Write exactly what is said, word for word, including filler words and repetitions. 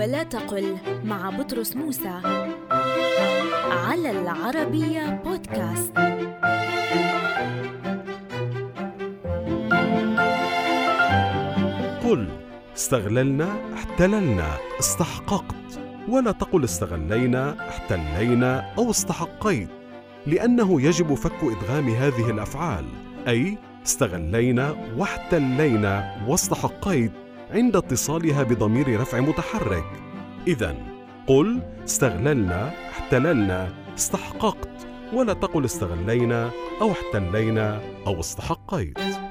ولا تقل مع بطرس موسى على العربية بودكاست. قل استغللنا، احتللنا، استحققت. ولا تقل استغلينا، احتلينا أو استحقيت، لأنه يجب فك إدغام هذه الأفعال، أي استغلينا واحتلينا واستحقيت عند اتصالها بضمير رفع متحرك. إذن قل استغللنا، احتللنا، استحققت. ولا تقل استغلينا أو احتلينا أو استحقيت.